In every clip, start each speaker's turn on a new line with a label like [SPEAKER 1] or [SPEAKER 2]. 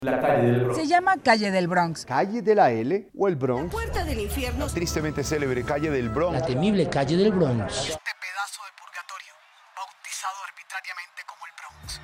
[SPEAKER 1] La calle del Bronx.
[SPEAKER 2] Se llama Calle del Bronx.
[SPEAKER 3] ¿Calle de la L o el Bronx?
[SPEAKER 4] La puerta del infierno.
[SPEAKER 3] La tristemente célebre calle del Bronx.
[SPEAKER 5] La temible calle del Bronx.
[SPEAKER 6] Este pedazo de purgatorio, bautizado arbitrariamente como el Bronx.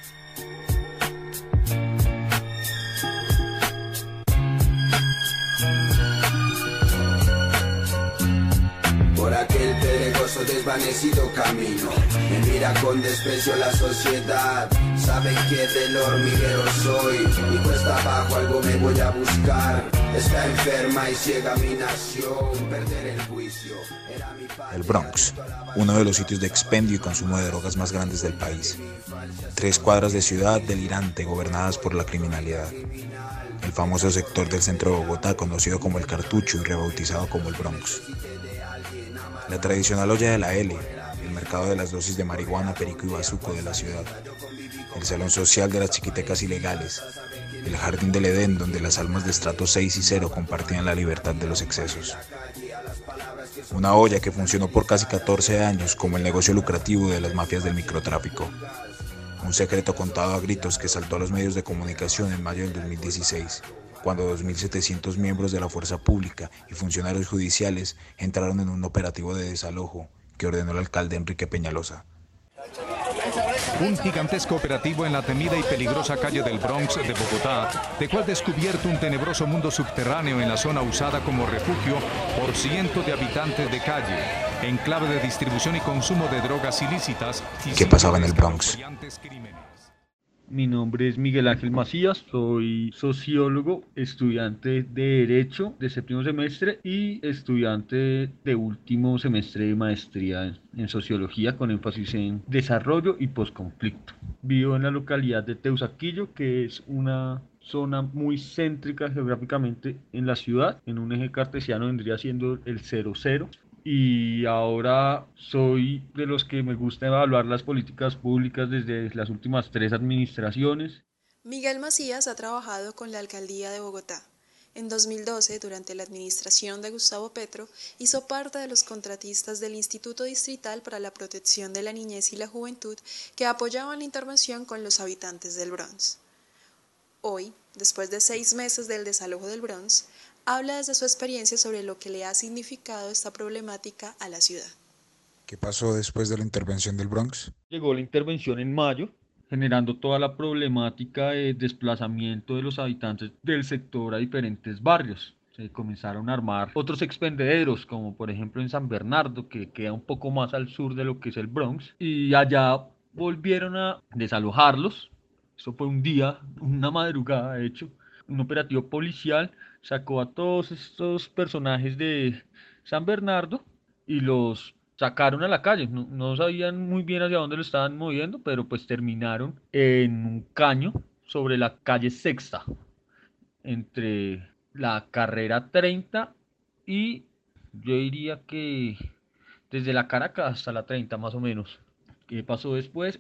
[SPEAKER 7] Por aquel pedregoso desvanecido camino me mira con desprecio la sociedad. Saben que del hormiguero soy y cuesta abajo algo me voy a buscar. Está enferma y ciega mi nación, perder el juicio era mi padre.
[SPEAKER 8] El Bronx, uno de los sitios de expendio y consumo de drogas más grandes del país. 3 cuadras de ciudad delirante gobernadas por la criminalidad. El famoso sector del centro de Bogotá conocido como el Cartucho y rebautizado como el Bronx. La tradicional olla de la L, el mercado de las dosis de marihuana, perico y bazuco de la ciudad, el salón social de las chiquitecas ilegales, el jardín del Edén donde las almas de estrato 6 y 0 compartían la libertad de los excesos. Una olla que funcionó por casi 14 años como el negocio lucrativo de las mafias del microtráfico. Un secreto contado a gritos que saltó a los medios de comunicación en mayo del 2016. Cuando 2.700 miembros de la fuerza pública y funcionarios judiciales entraron en un operativo de desalojo que ordenó el alcalde Enrique Peñalosa.
[SPEAKER 9] Un gigantesco operativo en la temida y peligrosa calle del Bronx de Bogotá dejó al descubierto un tenebroso mundo subterráneo en la zona usada como refugio por cientos de habitantes de calle, enclave de distribución y consumo de drogas ilícitas.
[SPEAKER 8] ¿Qué pasaba en el Bronx?
[SPEAKER 10] Mi nombre es Miguel Ángel Macías, soy sociólogo, estudiante de Derecho de 7º semestre y estudiante de último semestre de maestría en Sociología con énfasis en desarrollo y posconflicto. Vivo en la localidad de Teusaquillo, que es una zona muy céntrica geográficamente en la ciudad. En un eje cartesiano vendría siendo el 00. Y ahora soy de los que me gusta evaluar las políticas públicas desde las últimas 3 administraciones.
[SPEAKER 11] Miguel Macías ha trabajado con la Alcaldía de Bogotá. En 2012, durante la administración de Gustavo Petro, hizo parte de los contratistas del Instituto Distrital para la Protección de la Niñez y la Juventud que apoyaban la intervención con los habitantes del Bronx. Hoy, después de 6 meses del desalojo del Bronx, habla desde su experiencia sobre lo que le ha significado esta problemática a la ciudad.
[SPEAKER 8] ¿Qué pasó después de la intervención del Bronx?
[SPEAKER 10] Llegó la intervención en mayo, generando toda la problemática de desplazamiento de los habitantes del sector a diferentes barrios. Se comenzaron a armar otros expendederos, como por ejemplo en San Bernardo, que queda un poco más al sur de lo que es el Bronx, y allá volvieron a desalojarlos. Eso fue un día, una madrugada de hecho, un operativo policial sacó a todos estos personajes de San Bernardo y los sacaron a la calle. No sabían muy bien hacia dónde lo estaban moviendo, pero pues terminaron en un caño sobre la calle Sexta, entre la carrera 30 y yo diría que desde la Caracas hasta la 30 más o menos. ¿Qué pasó después?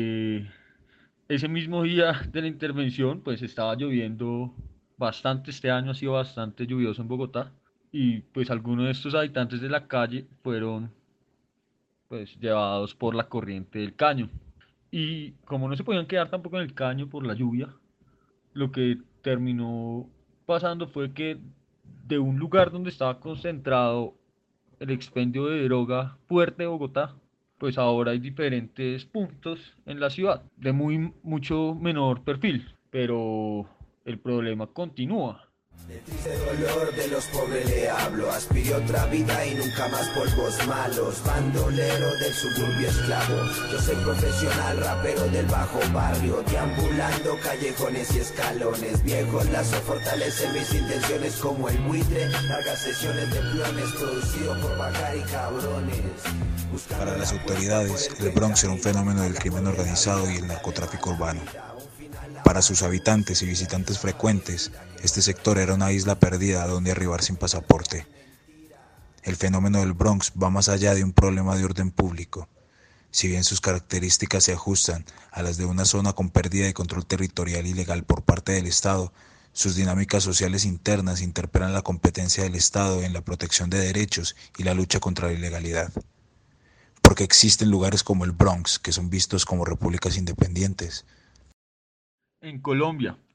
[SPEAKER 10] Ese mismo día de la intervención pues estaba lloviendo bastante. Este año ha sido bastante lluvioso en Bogotá y pues algunos de estos habitantes de la calle fueron pues llevados por la corriente del caño, y como no se podían quedar tampoco en el caño por la lluvia, lo que terminó pasando fue que de un lugar donde estaba concentrado el expendio de droga fuerte de Bogotá, pues ahora hay diferentes puntos en la ciudad de mucho menor perfil, pero el problema continúa.
[SPEAKER 7] De triste dolor de los pobres le hablo, aspiré otra vida y nunca más polvos malos, bandolero del suburbio esclavo, yo soy profesional rapero del bajo barrio, deambulando callejones y escalones, viejos lazo fortalecen mis intenciones como el buitre, largas sesiones de planes producido por Bacari cabrones.
[SPEAKER 8] Para las autoridades, el Bronx era un fenómeno del crimen organizado y el narcotráfico urbano. Para sus habitantes y visitantes frecuentes, este sector era una isla perdida a donde arribar sin pasaporte. El fenómeno del Bronx va más allá de un problema de orden público. Si bien sus características se ajustan a las de una zona con pérdida de control territorial ilegal por parte del Estado, sus dinámicas sociales internas interpelan la competencia del Estado en la protección de derechos y la lucha contra la ilegalidad. Porque existen lugares como el Bronx que son vistos como repúblicas independientes.
[SPEAKER 10] En Colombia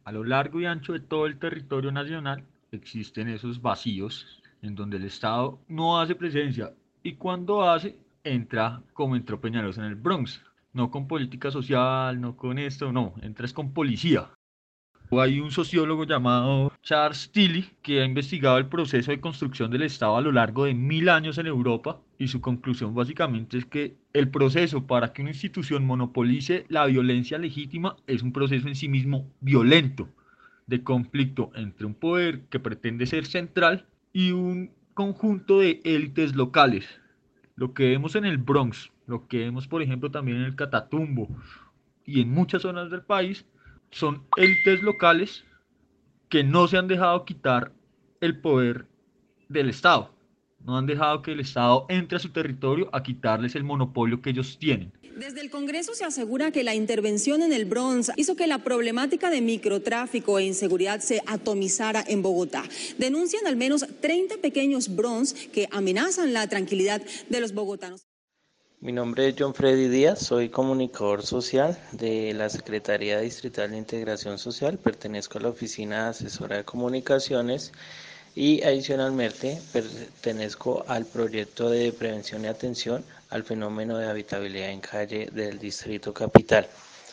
[SPEAKER 10] A lo largo y ancho de todo el territorio nacional existen esos vacíos en donde el Estado no hace presencia y cuando hace, entra como entró Peñalosa en el Bronx. No con política social, no con esto, no, entras con policía. Hay un sociólogo llamado Charles Tilly que ha investigado el proceso de construcción del Estado a lo largo de 1000 años en Europa y su conclusión básicamente es que el proceso para que una institución monopolice la violencia legítima es un proceso en sí mismo violento, de conflicto entre un poder que pretende ser central y un conjunto de élites locales. Lo que vemos en el Bronx, lo que vemos por ejemplo también en el Catatumbo y en muchas zonas del país, son élites locales que no se han dejado quitar el poder del Estado. No han dejado que el Estado entre a su territorio a quitarles el monopolio que ellos tienen.
[SPEAKER 1] Desde el Congreso se asegura que la intervención en el Bronx hizo que la problemática de microtráfico e inseguridad se atomizara en Bogotá. Denuncian al menos 30 pequeños Bronx que amenazan la tranquilidad de los bogotanos.
[SPEAKER 2] Mi nombre es John Freddy Díaz, soy comunicador social de la Secretaría Distrital de Integración Social, pertenezco a la Oficina Asesora de Comunicaciones y adicionalmente pertenezco al proyecto de prevención y atención al fenómeno de habitabilidad en calle del Distrito Capital.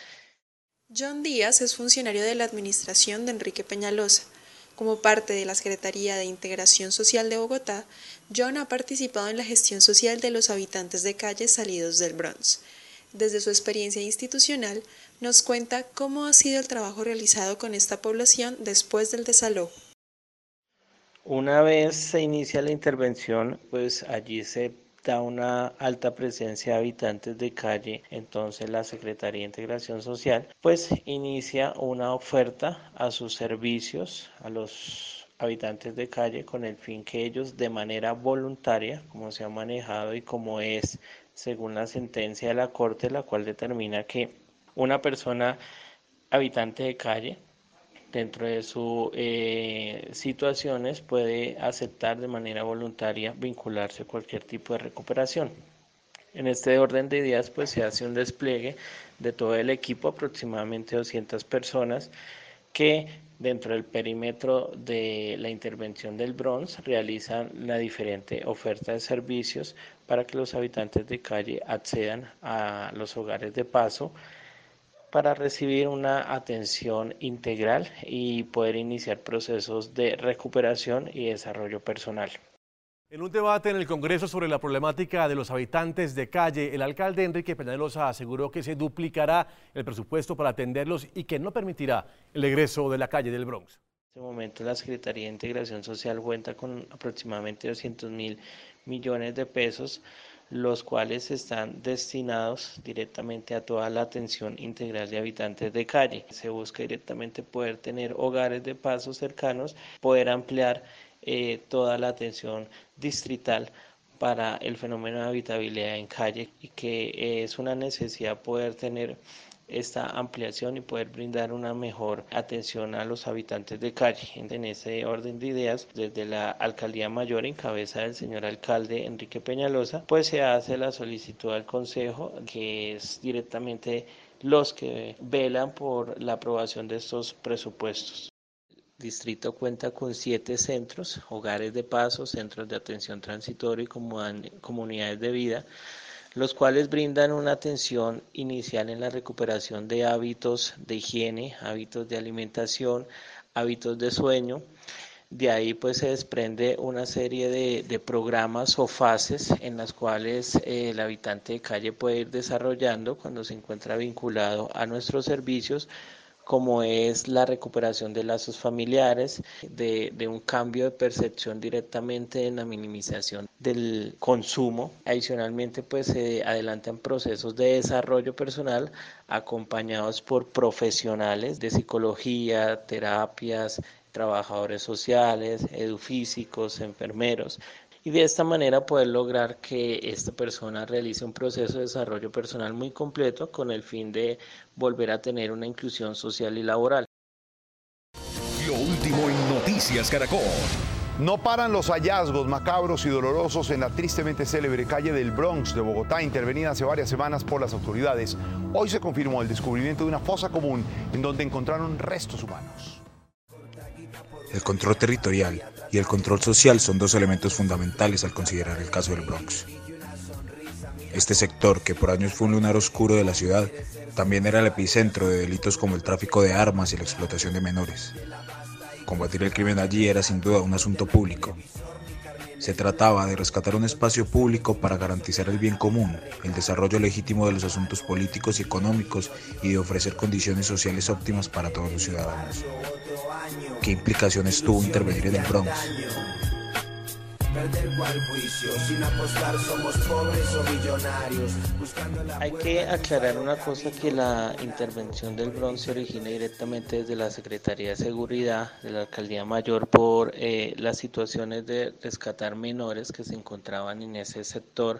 [SPEAKER 11] John Díaz es funcionario de la administración de Enrique Peñalosa. Como parte de la Secretaría de Integración Social de Bogotá, John ha participado en la gestión social de los habitantes de calles salidos del Bronx. Desde su experiencia institucional, nos cuenta cómo ha sido el trabajo realizado con esta población después del desalojo.
[SPEAKER 2] Una vez se inicia la intervención, pues allí se da una alta presencia de habitantes de calle, entonces la Secretaría de Integración Social pues inicia una oferta a sus servicios, a los habitantes de calle, con el fin que ellos de manera voluntaria, como se ha manejado y como es según la sentencia de la Corte, la cual determina que una persona habitante de calle dentro de sus situaciones puede aceptar de manera voluntaria vincularse a cualquier tipo de recuperación. En este orden de ideas pues se hace un despliegue de todo el equipo, aproximadamente 200 personas que dentro del perímetro de la intervención del Bronx realizan la diferente oferta de servicios para que los habitantes de calle accedan a los hogares de paso para recibir una atención integral y poder iniciar procesos de recuperación y desarrollo personal.
[SPEAKER 4] En un debate en el Congreso sobre la problemática de los habitantes de calle, el alcalde Enrique Peñalosa aseguró que se duplicará el presupuesto para atenderlos y que no permitirá el egreso de la calle del Bronx.
[SPEAKER 2] En este momento la Secretaría de Integración Social cuenta con aproximadamente 200.000 millones de pesos, los cuales están destinados directamente a toda la atención integral de habitantes de calle. Se busca directamente poder tener hogares de paso cercanos, poder ampliar toda la atención distrital para el fenómeno de habitabilidad en calle y que es una necesidad poder tener esta ampliación y poder brindar una mejor atención a los habitantes de calle. En ese orden de ideas, desde la Alcaldía Mayor, en cabeza del señor alcalde Enrique Peñalosa, pues se hace la solicitud al Consejo, que es directamente los que velan por la aprobación de estos presupuestos. El distrito cuenta con 7 centros, hogares de paso, centros de atención transitoria y comunidades de vida, los cuales brindan una atención inicial en la recuperación de hábitos de higiene, hábitos de alimentación, hábitos de sueño. De ahí pues se desprende una serie de programas o fases en las cuales el habitante de calle puede ir desarrollando cuando se encuentra vinculado a nuestros servicios, como es la recuperación de lazos familiares, de un cambio de percepción directamente en la minimización del consumo. Adicionalmente, pues se adelantan procesos de desarrollo personal acompañados por profesionales de psicología, terapias, trabajadores sociales, edufísicos, enfermeros, y de esta manera poder lograr que esta persona realice un proceso de desarrollo personal muy completo con el fin de volver a tener una inclusión social y laboral.
[SPEAKER 5] Lo último en Noticias Caracol.
[SPEAKER 3] No paran los hallazgos macabros y dolorosos en la tristemente célebre calle del Bronx de Bogotá, intervenida hace varias semanas por las autoridades. Hoy se confirmó el descubrimiento de una fosa común en donde encontraron restos humanos.
[SPEAKER 8] El control territorial y el control social son dos elementos fundamentales al considerar el caso del Bronx. Este sector, que por años fue un lunar oscuro de la ciudad, también era el epicentro de delitos como el tráfico de armas y la explotación de menores. Combatir el crimen allí era sin duda un asunto público. Se trataba de rescatar un espacio público para garantizar el bien común, el desarrollo legítimo de los asuntos políticos y económicos y de ofrecer condiciones sociales óptimas para todos los ciudadanos. ¿Qué implicaciones tuvo intervenir en el Bronx?
[SPEAKER 2] Hay que aclarar una cosa, que la intervención del Bronx se origina directamente desde la Secretaría de Seguridad de la Alcaldía Mayor por las situaciones de rescatar menores que se encontraban en ese sector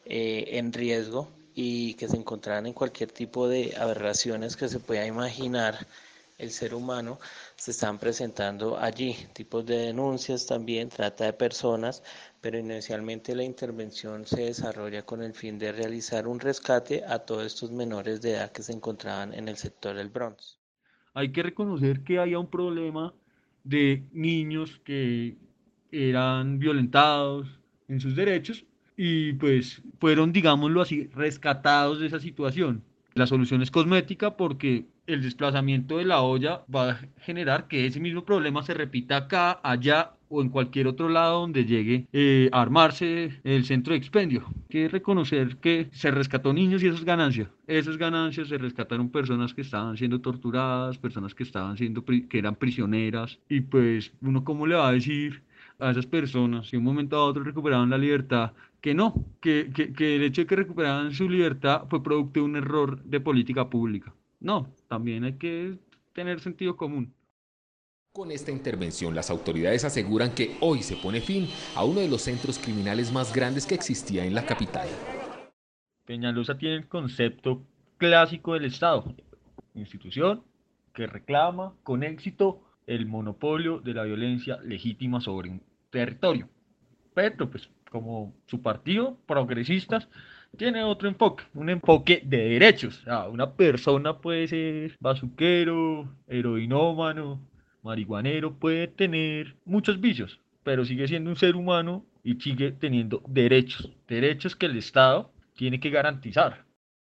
[SPEAKER 2] en riesgo y que se encontraban en cualquier tipo de aberraciones que se pueda imaginar el ser humano. Se están presentando allí tipos de denuncias, también trata de personas, pero inicialmente la intervención se desarrolla con el fin de realizar un rescate a todos estos menores de edad que se encontraban en el sector del Bronx.
[SPEAKER 10] Hay que reconocer que había un problema de niños que eran violentados en sus derechos y pues fueron, digámoslo así, rescatados de esa situación. La solución es cosmética porque el desplazamiento de la olla va a generar que ese mismo problema se repita acá, allá o en cualquier otro lado donde llegue a armarse el centro de expendio. Hay que reconocer que se rescató niños y eso es ganancia. Esas ganancias se rescataron personas que estaban siendo torturadas, personas que que eran prisioneras, y pues uno cómo le va a decir a esas personas si de un momento a otro recuperaban la libertad que no, que el hecho de que recuperaran su libertad fue producto de un error de política pública. No, también hay que tener sentido común.
[SPEAKER 5] Con esta intervención, las autoridades aseguran que hoy se pone fin a uno de los centros criminales más grandes que existía en la capital.
[SPEAKER 10] Peñalosa tiene el concepto clásico del Estado, institución que reclama con éxito el monopolio de la violencia legítima sobre un territorio. Petro, pues como su partido, progresistas, tiene otro enfoque, un enfoque de derechos. O sea, una persona puede ser bazuquero, heroinómano, marihuanero, puede tener muchos vicios, pero sigue siendo un ser humano y sigue teniendo derechos, derechos que el Estado tiene que garantizar.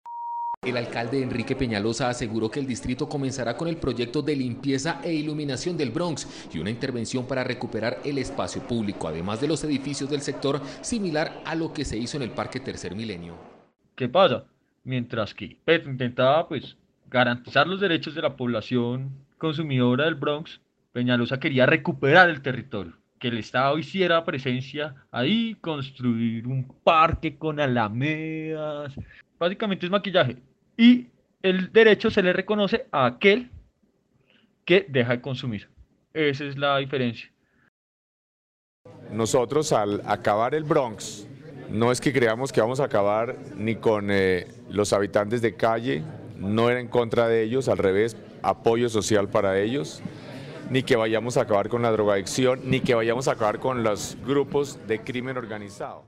[SPEAKER 5] El alcalde Enrique Peñalosa aseguró que el distrito comenzará con el proyecto de limpieza e iluminación del Bronx y una intervención para recuperar el espacio público, además de los edificios del sector, similar a lo que se hizo en el Parque Tercer Milenio.
[SPEAKER 10] ¿Qué pasa? Mientras que Petro intentaba garantizar los derechos de la población consumidora del Bronx, Peñalosa quería recuperar el territorio, que el Estado hiciera presencia ahí, construir un parque con alamedas. Básicamente es maquillaje. Y el derecho se le reconoce a aquel que deja de consumir. Esa es la diferencia.
[SPEAKER 12] Nosotros al acabar el Bronx, no es que creamos que vamos a acabar ni con los habitantes de calle, no era en contra de ellos, al revés, apoyo social para ellos, ni que vayamos a acabar con la drogadicción, ni que vayamos a acabar con los grupos de crimen organizado.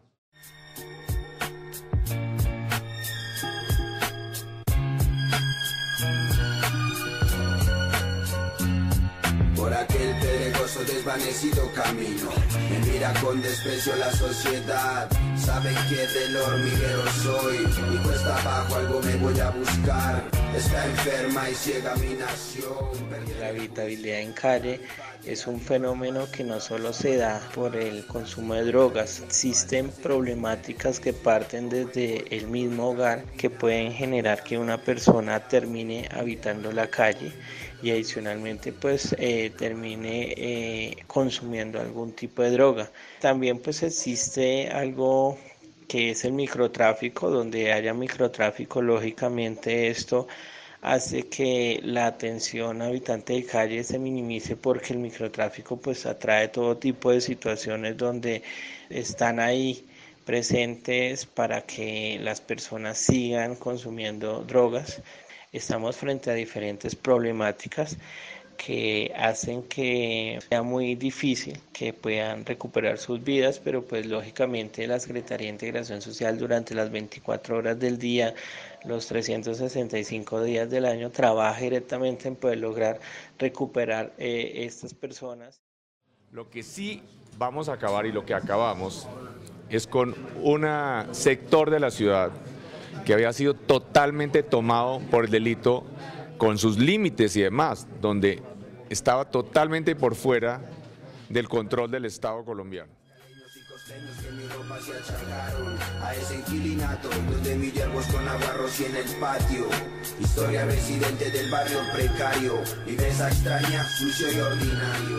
[SPEAKER 7] Por aquel pedregoso desvanecido camino me mira con desprecio la sociedad. Saben que del hormiguero soy y cuesta abajo algo me voy a buscar. Está enferma y ciega mi nación.
[SPEAKER 2] La habitabilidad en calle es un fenómeno que no solo se da por el consumo de drogas. Existen problemáticas que parten desde el mismo hogar que pueden generar que una persona termine habitando la calle y adicionalmente termine consumiendo algún tipo de droga. También existe algo que es el microtráfico. Donde haya microtráfico, lógicamente esto hace que la atención habitante de calle se minimice, porque el microtráfico atrae todo tipo de situaciones donde están ahí presentes para que las personas sigan consumiendo drogas. Estamos frente a diferentes problemáticas que hacen que sea muy difícil que puedan recuperar sus vidas, pero pues lógicamente la Secretaría de Integración Social durante las 24 horas del día, los 365 días del año, trabaja directamente en poder lograr recuperar estas personas.
[SPEAKER 12] Lo que sí vamos a acabar y lo que acabamos es con un sector de la ciudad que había sido totalmente tomado por el delito con sus límites y demás, donde estaba totalmente por fuera del control del Estado colombiano.
[SPEAKER 7] A ese inquilinato donde vivíamos con aguarros y en el patio. Historia residente del barrio precario, viveza extraña, sucio y ordinario.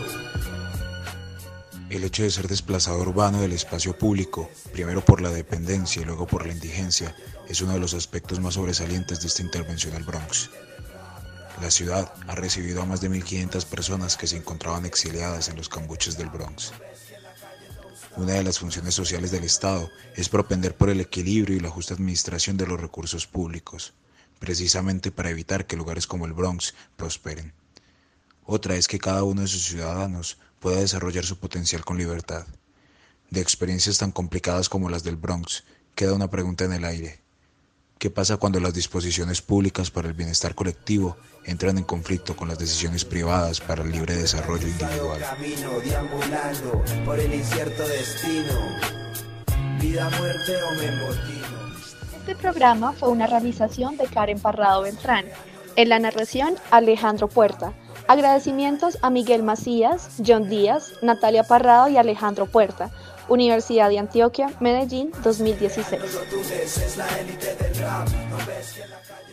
[SPEAKER 8] El hecho de ser desplazado urbano del espacio público, primero por la dependencia y luego por la indigencia, es uno de los aspectos más sobresalientes de esta intervención al Bronx. La ciudad ha recibido a más de 1.500 personas que se encontraban exiliadas en los cambuches del Bronx. Una de las funciones sociales del Estado es propender por el equilibrio y la justa administración de los recursos públicos, precisamente para evitar que lugares como el Bronx prosperen. Otra es que cada uno de sus ciudadanos pueda desarrollar su potencial con libertad. De experiencias tan complicadas como las del Bronx, queda una pregunta en el aire. ¿Qué pasa cuando las disposiciones públicas para el bienestar colectivo entran en conflicto con las decisiones privadas para el libre desarrollo individual?
[SPEAKER 7] Camino deambulando por el incierto destino, vida, muerte o memortino.
[SPEAKER 13] Este programa fue una realización de Karen Parrado Beltrán. En la narración, Alejandro Puerta. Agradecimientos a Miguel Macías, John Díaz, Natalia Parrado y Alejandro Puerta. Universidad de Antioquia, Medellín, 2016.